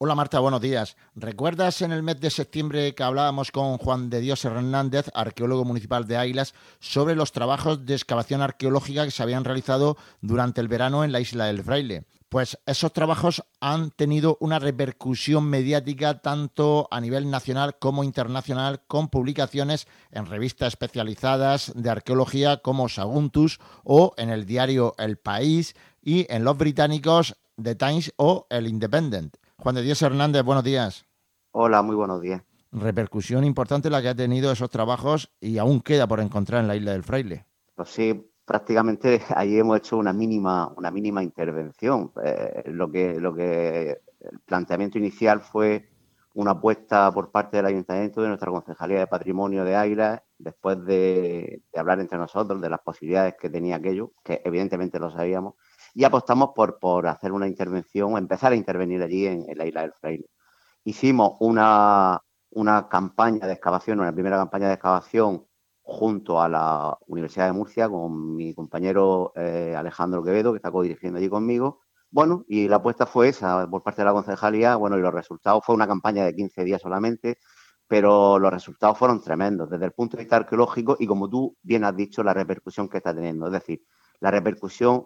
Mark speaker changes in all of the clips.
Speaker 1: Hola Marta, buenos días. ¿Recuerdas en el mes de septiembre que hablábamos con Juan de Dios Hernández, arqueólogo municipal de Águilas, sobre los trabajos de excavación arqueológica que se habían realizado durante el verano en la isla del Fraile? Pues esos trabajos han tenido una repercusión mediática tanto a nivel nacional como internacional, con publicaciones en revistas especializadas de arqueología como Saguntus o en el diario El País y en los británicos The Times o El Independent. Juan de Dios Hernández, buenos días.
Speaker 2: Hola, muy buenos días.
Speaker 1: Repercusión importante la que ha tenido esos trabajos y aún queda por encontrar en la isla del Fraile.
Speaker 2: Pues sí, prácticamente allí hemos hecho una mínima intervención. El planteamiento inicial fue una apuesta por parte del Ayuntamiento, de nuestra Concejalía de Patrimonio de Águilas, después de hablar entre nosotros de las posibilidades que tenía aquello, que evidentemente lo sabíamos, y apostamos por hacer una intervención, empezar a intervenir allí en la isla del Fraile. Hicimos una campaña de excavación, una primera campaña de excavación junto a la Universidad de Murcia con mi compañero Alejandro Quevedo, que está codirigiendo allí conmigo. Bueno, y la apuesta fue esa por parte de la concejalía. Bueno, y los resultados fue una campaña de 15 días solamente, pero los resultados fueron tremendos desde el punto de vista arqueológico y, como tú bien has dicho, la repercusión que está teniendo. Es decir, la repercusión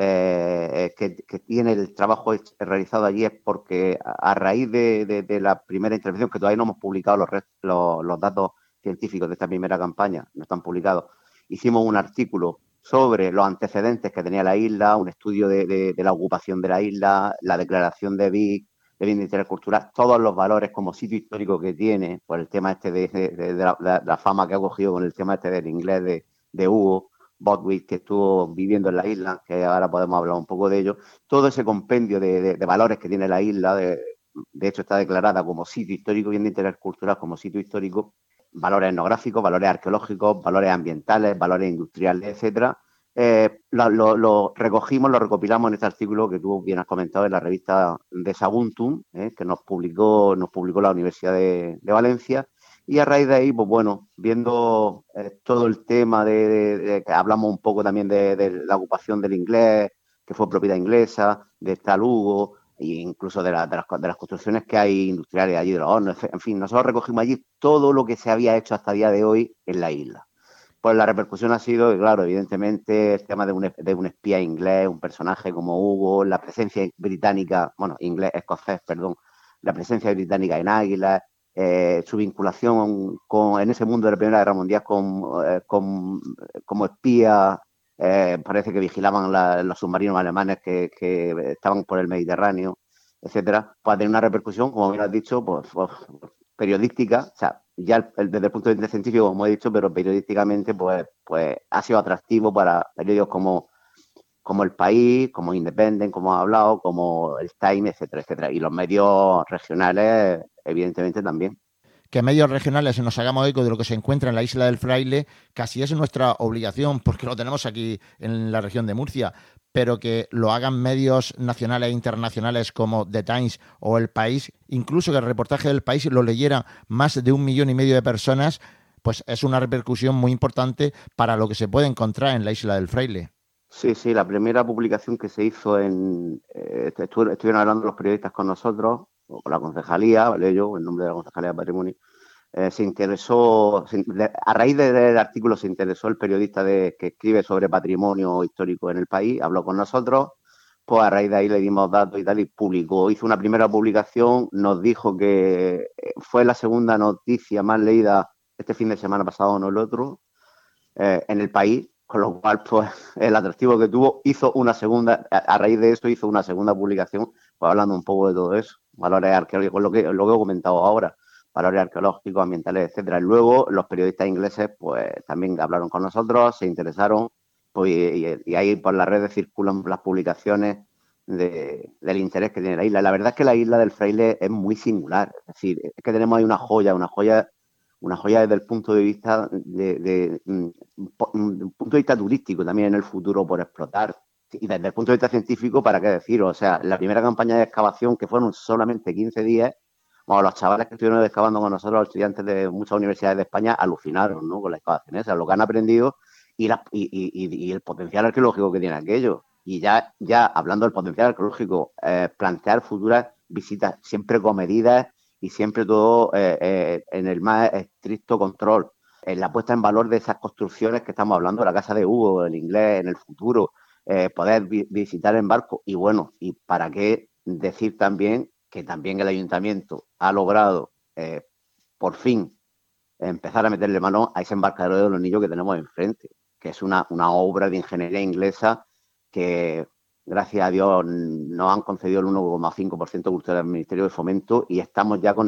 Speaker 2: que tiene el trabajo realizado allí es porque a raíz de la primera intervención, que todavía no hemos publicado los datos científicos de esta primera campaña, no están publicados, hicimos un artículo sobre los antecedentes que tenía la isla, un estudio de la ocupación de la isla, la declaración de BIC, de bien de interés cultural, todos los valores como sitio histórico que tiene, por el tema este de la fama que ha cogido con el tema este del inglés de Hugo Botwig, que estuvo viviendo en la isla, que ahora podemos hablar un poco de ello. Todo ese compendio de valores que tiene la isla, de hecho está declarada como sitio histórico, bien de interés cultural como sitio histórico, valores etnográficos, valores arqueológicos, valores ambientales, valores industriales, etcétera. Lo recogimos, lo recopilamos en este artículo que tú bien has comentado en la revista de Saguntum, que nos publicó la Universidad de Valencia. Y a raíz de ahí, pues bueno, viendo todo el tema de que hablamos un poco también de la ocupación del inglés, que fue propiedad inglesa, de Talugo, e incluso de las construcciones que hay industriales allí, de los hornos, en fin, nosotros recogimos allí todo lo que se había hecho hasta el día de hoy en la isla. Pues la repercusión ha sido, claro, evidentemente, el tema de un espía inglés, un personaje como Hugo, la presencia británica, bueno, escocés, perdón, la presencia británica en Águila, su vinculación en ese mundo de la Primera Guerra Mundial como espía, parece que vigilaban los submarinos alemanes que estaban por el Mediterráneo, etcétera, pues tener una repercusión, como bien has dicho, pues periodística, o sea, ya desde el punto de vista científico, como he dicho, pero periodísticamente, pues ha sido atractivo para periódicos como El País, como Independent, como ha hablado, como el Time, etcétera, etcétera. Y los medios regionales, evidentemente, también.
Speaker 1: Que medios regionales nos hagamos eco de lo que se encuentra en la isla del Fraile, casi es nuestra obligación, porque lo tenemos aquí en la región de Murcia, pero que lo hagan medios nacionales e internacionales como The Times o El País, incluso que el reportaje del País lo leyera más de 1,5 millones de personas, pues es una repercusión muy importante para lo que se puede encontrar en la isla del Fraile.
Speaker 2: Sí, sí, la primera publicación que se hizo estuvieron hablando los periodistas con nosotros, o con la concejalía, ¿vale? Yo, en nombre de la Concejalía de Patrimonio. Se interesó, a raíz del artículo se interesó el periodista que escribe sobre patrimonio histórico en el país, habló con nosotros, pues a raíz de ahí le dimos datos y tal y publicó, hizo una primera publicación, nos dijo que fue la segunda noticia más leída este fin de semana pasado, no el otro, en el país, con lo cual, pues, el atractivo que tuvo, hizo una segunda, a raíz de eso hizo una segunda publicación, pues hablando un poco de todo eso, valores arqueológicos, lo que he comentado ahora, valores arqueológicos, ambientales, etcétera. Y luego los periodistas ingleses, pues, también hablaron con nosotros, se interesaron, pues, y ahí por las redes circulan las publicaciones del interés que tiene la isla. La verdad es que la isla del Fraile es muy singular, es decir, es que tenemos ahí una joya desde el punto de vista un punto de vista turístico también en el futuro por explotar. Y desde el punto de vista científico, ¿para qué decir? O sea, la primera campaña de excavación, que fueron solamente 15 días, bueno, los chavales que estuvieron excavando con nosotros, los estudiantes de muchas universidades de España, alucinaron, ¿no? Con la excavación esa, lo que han aprendido y el potencial arqueológico que tiene aquello. Y ya hablando del potencial arqueológico, plantear futuras visitas siempre comedidas y siempre todo en el más estricto control. En la puesta en valor de esas construcciones que estamos hablando, la casa de Hugo, el inglés en el futuro, poder visitar en barco. Y bueno, y para qué decir también que también el ayuntamiento ha logrado por fin empezar a meterle mano a ese embarcadero de los niños que tenemos enfrente, que es una obra de ingeniería inglesa que, gracias a Dios, nos han concedido el 1,5% cultural del Ministerio de Fomento y estamos ya con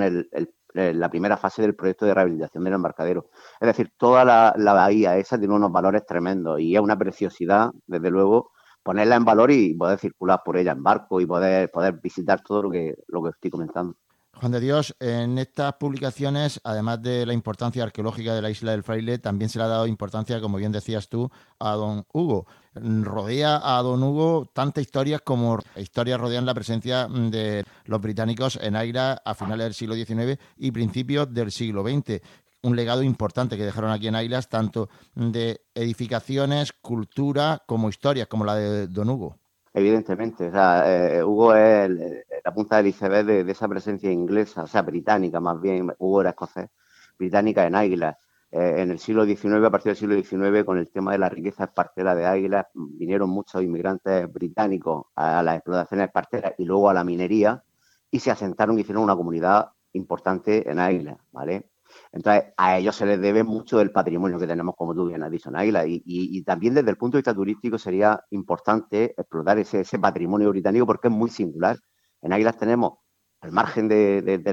Speaker 2: la primera fase del proyecto de rehabilitación del embarcadero. Es decir, toda la bahía esa tiene unos valores tremendos y es una preciosidad, desde luego, ponerla en valor y poder circular por ella en barco y poder visitar todo lo que estoy comentando.
Speaker 1: Juan de Dios, en estas publicaciones, además de la importancia arqueológica de la isla del Fraile, también se le ha dado importancia, como bien decías tú, a don Hugo. Rodea a don Hugo tantas historias como historias rodean la presencia de los británicos en Águila a finales del siglo XIX y principios del siglo XX. Un legado importante que dejaron aquí en Águilas, tanto de edificaciones, cultura, como historias, como la de don Hugo.
Speaker 2: Evidentemente, o sea, Hugo es la punta del iceberg de esa presencia inglesa, o sea, británica más bien. Hugo era escocés, británica en Águilas. En el siglo XIX, a partir del siglo XIX, con el tema de la riqueza espartera de Águilas, vinieron muchos inmigrantes británicos a las explotaciones esparteras y luego a la minería y se asentaron y hicieron una comunidad importante en Águilas, ¿vale? Entonces, a ellos se les debe mucho del patrimonio que tenemos, como tú bien has dicho, en Águila. Y también desde el punto de vista turístico sería importante explotar ese patrimonio británico porque es muy singular. En Águilas tenemos, al margen de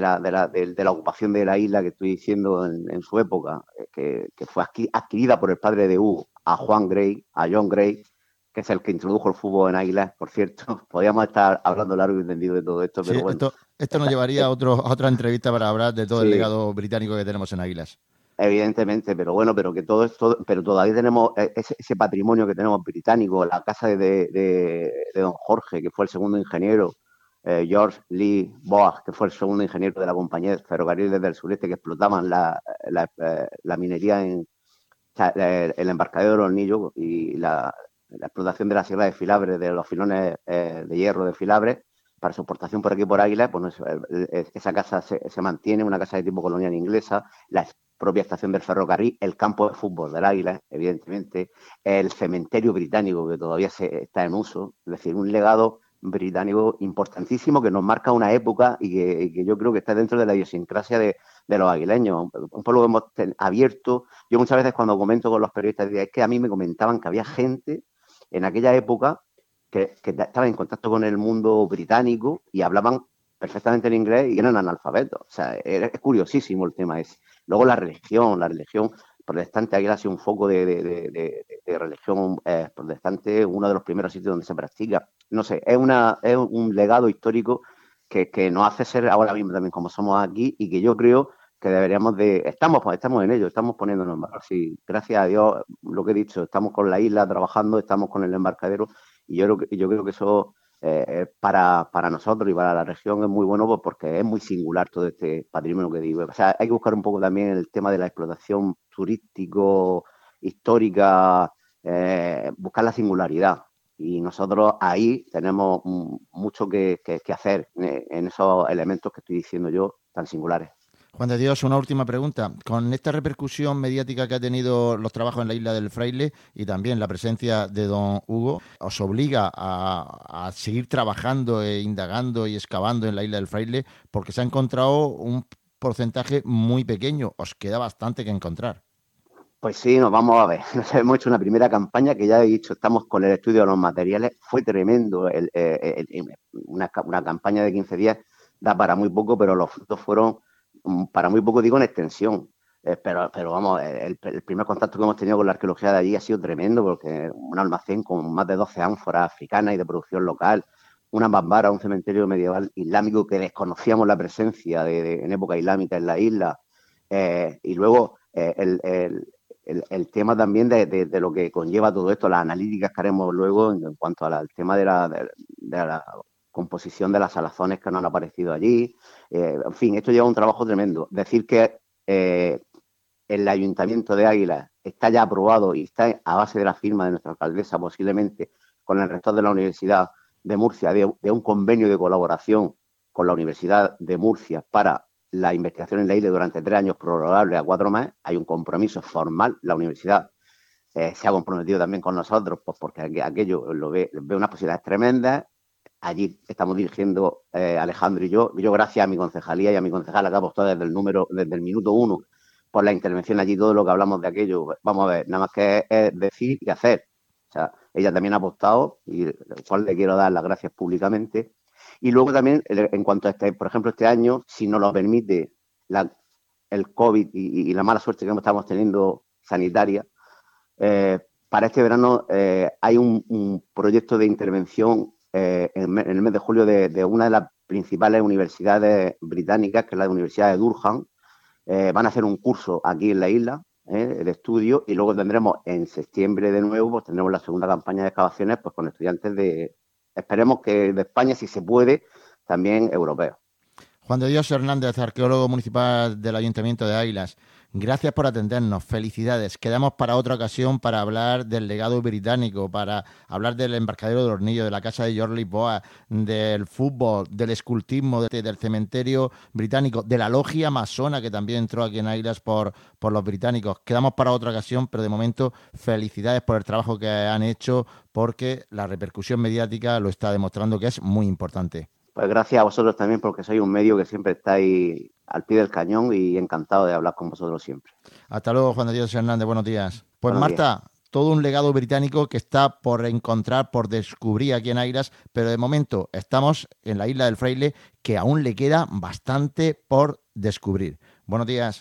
Speaker 2: la ocupación de la isla que estoy diciendo en su época, que fue adquirida por el padre de Hugo, a Juan Gray, a John Gray, que es el que introdujo el fútbol en Águilas, por cierto. Podríamos estar hablando largo y tendido de todo esto,
Speaker 1: Sí,
Speaker 2: pero bueno.
Speaker 1: esto nos llevaría a otra entrevista para hablar de todo el
Speaker 2: Sí,
Speaker 1: legado británico que tenemos en Águilas.
Speaker 2: evidentemente, pero bueno, pero que todo esto, pero todavía tenemos ese patrimonio que tenemos británico, la casa de don Jorge, que fue el segundo ingeniero, George Lee Boag, que fue el segundo ingeniero de la compañía de ferrocarriles del sureste que explotaban la minería o sea, el embarcadero de los Hornillos y la explotación de la sierra de Filabre, de los filones de hierro de Filabre, para su exportación por aquí por Águila, pues esa casa se mantiene, una casa de tipo colonial inglesa, la propia estación del ferrocarril, el campo de fútbol del Águila, evidentemente, el cementerio británico que todavía está en uso, es decir, un legado británico importantísimo que nos marca una época y que yo creo que está dentro de la idiosincrasia de los aguileños, un pueblo que hemos abierto. Yo muchas veces cuando comento con los periodistas, es que a mí me comentaban que había gente en aquella época que estaba en contacto con el mundo británico y hablaban perfectamente en inglés y eran analfabetos. O sea, es curiosísimo el tema ese. Luego la religión protestante, aquí ha sido un foco de religión protestante, uno de los primeros sitios donde se practica. No sé, es un legado histórico que nos hace ser ahora mismo también como somos aquí y que yo creo que deberíamos estamos en ello, estamos poniéndonos en valor. Sí, gracias a Dios, lo que he dicho, estamos con la isla trabajando, estamos con el embarcadero y yo creo que eso para nosotros y para la región es muy bueno pues, porque es muy singular todo este patrimonio que digo. O sea, hay que buscar un poco también el tema de la explotación turístico, histórica, buscar la singularidad. Y nosotros ahí tenemos mucho que hacer en esos elementos que estoy diciendo yo tan singulares.
Speaker 1: Juan de Dios, una última pregunta. Con esta repercusión mediática que ha tenido los trabajos en la isla del Fraile y también la presencia de don Hugo, ¿os obliga a seguir trabajando e indagando y excavando en la isla del Fraile? Porque se ha encontrado un porcentaje muy pequeño. Os queda bastante que encontrar.
Speaker 2: Pues sí, nos vamos a ver. Nos hemos hecho una primera campaña que ya he dicho, estamos con el estudio de los materiales. Fue tremendo. Una campaña de 15 días da para muy poco, pero los frutos fueron para muy poco, digo, en extensión. Pero vamos, el primer contacto que hemos tenido con la arqueología de allí ha sido tremendo, porque un almacén con más de 12 ánforas africanas y de producción local, una bambara, un cementerio medieval islámico que desconocíamos la presencia en época islámica en la isla. Y luego el tema también de lo que conlleva todo esto, las analíticas que haremos luego en cuanto al tema de la composición de las salazones que nos han aparecido allí. En fin, esto lleva un trabajo tremendo. Decir que el Ayuntamiento de Águila está ya aprobado y está a base de la firma de nuestra alcaldesa, posiblemente con el rector de la Universidad de Murcia, de un convenio de colaboración con la Universidad de Murcia para la investigación en la isla durante 3 años, prorrogable a 4 más. Hay un compromiso formal. La universidad se ha comprometido también con nosotros, pues porque aquello ve unas posibilidades tremendas. Allí estamos dirigiendo Alejandro y yo gracias a mi concejalía y a mi concejala que ha apostado desde el minuto 1 por la intervención allí, todo lo que hablamos de aquello, vamos a ver, nada más que es decir y hacer. O sea, ella también ha apostado y al cual le quiero dar las gracias públicamente. Y luego también, en cuanto a por ejemplo, este año, si nos lo permite el COVID y la mala suerte que estamos teniendo sanitaria, para este verano hay un proyecto de intervención en el mes de julio de una de las principales universidades británicas, que es la Universidad de Durham. Van a hacer un curso aquí en la isla de estudio, y luego tendremos en septiembre de nuevo, pues tendremos la segunda campaña de excavaciones pues con estudiantes esperemos que de España, si se puede, también europeos.
Speaker 1: Juan de Dios Hernández, arqueólogo municipal del Ayuntamiento de Águilas, gracias por atendernos, felicidades. Quedamos para otra ocasión para hablar del legado británico, para hablar del embarcadero de Hornillo, de la casa de George Lisboa, del fútbol, del escultismo, del cementerio británico, de la logia masona que también entró aquí en Águilas por los británicos. Quedamos para otra ocasión, pero de momento felicidades por el trabajo que han hecho, porque la repercusión mediática lo está demostrando que es muy importante.
Speaker 2: Pues gracias a vosotros también, porque sois un medio que siempre estáis al pie del cañón, y encantado de hablar con vosotros siempre.
Speaker 1: Hasta luego, Juan de Dios Hernández, buenos días. Pues
Speaker 2: buenos
Speaker 1: Marta,
Speaker 2: días.
Speaker 1: Todo un legado británico que está por encontrar, por descubrir aquí en Águilas, pero de momento estamos en la isla del Fraile, que aún le queda bastante por descubrir. Buenos días.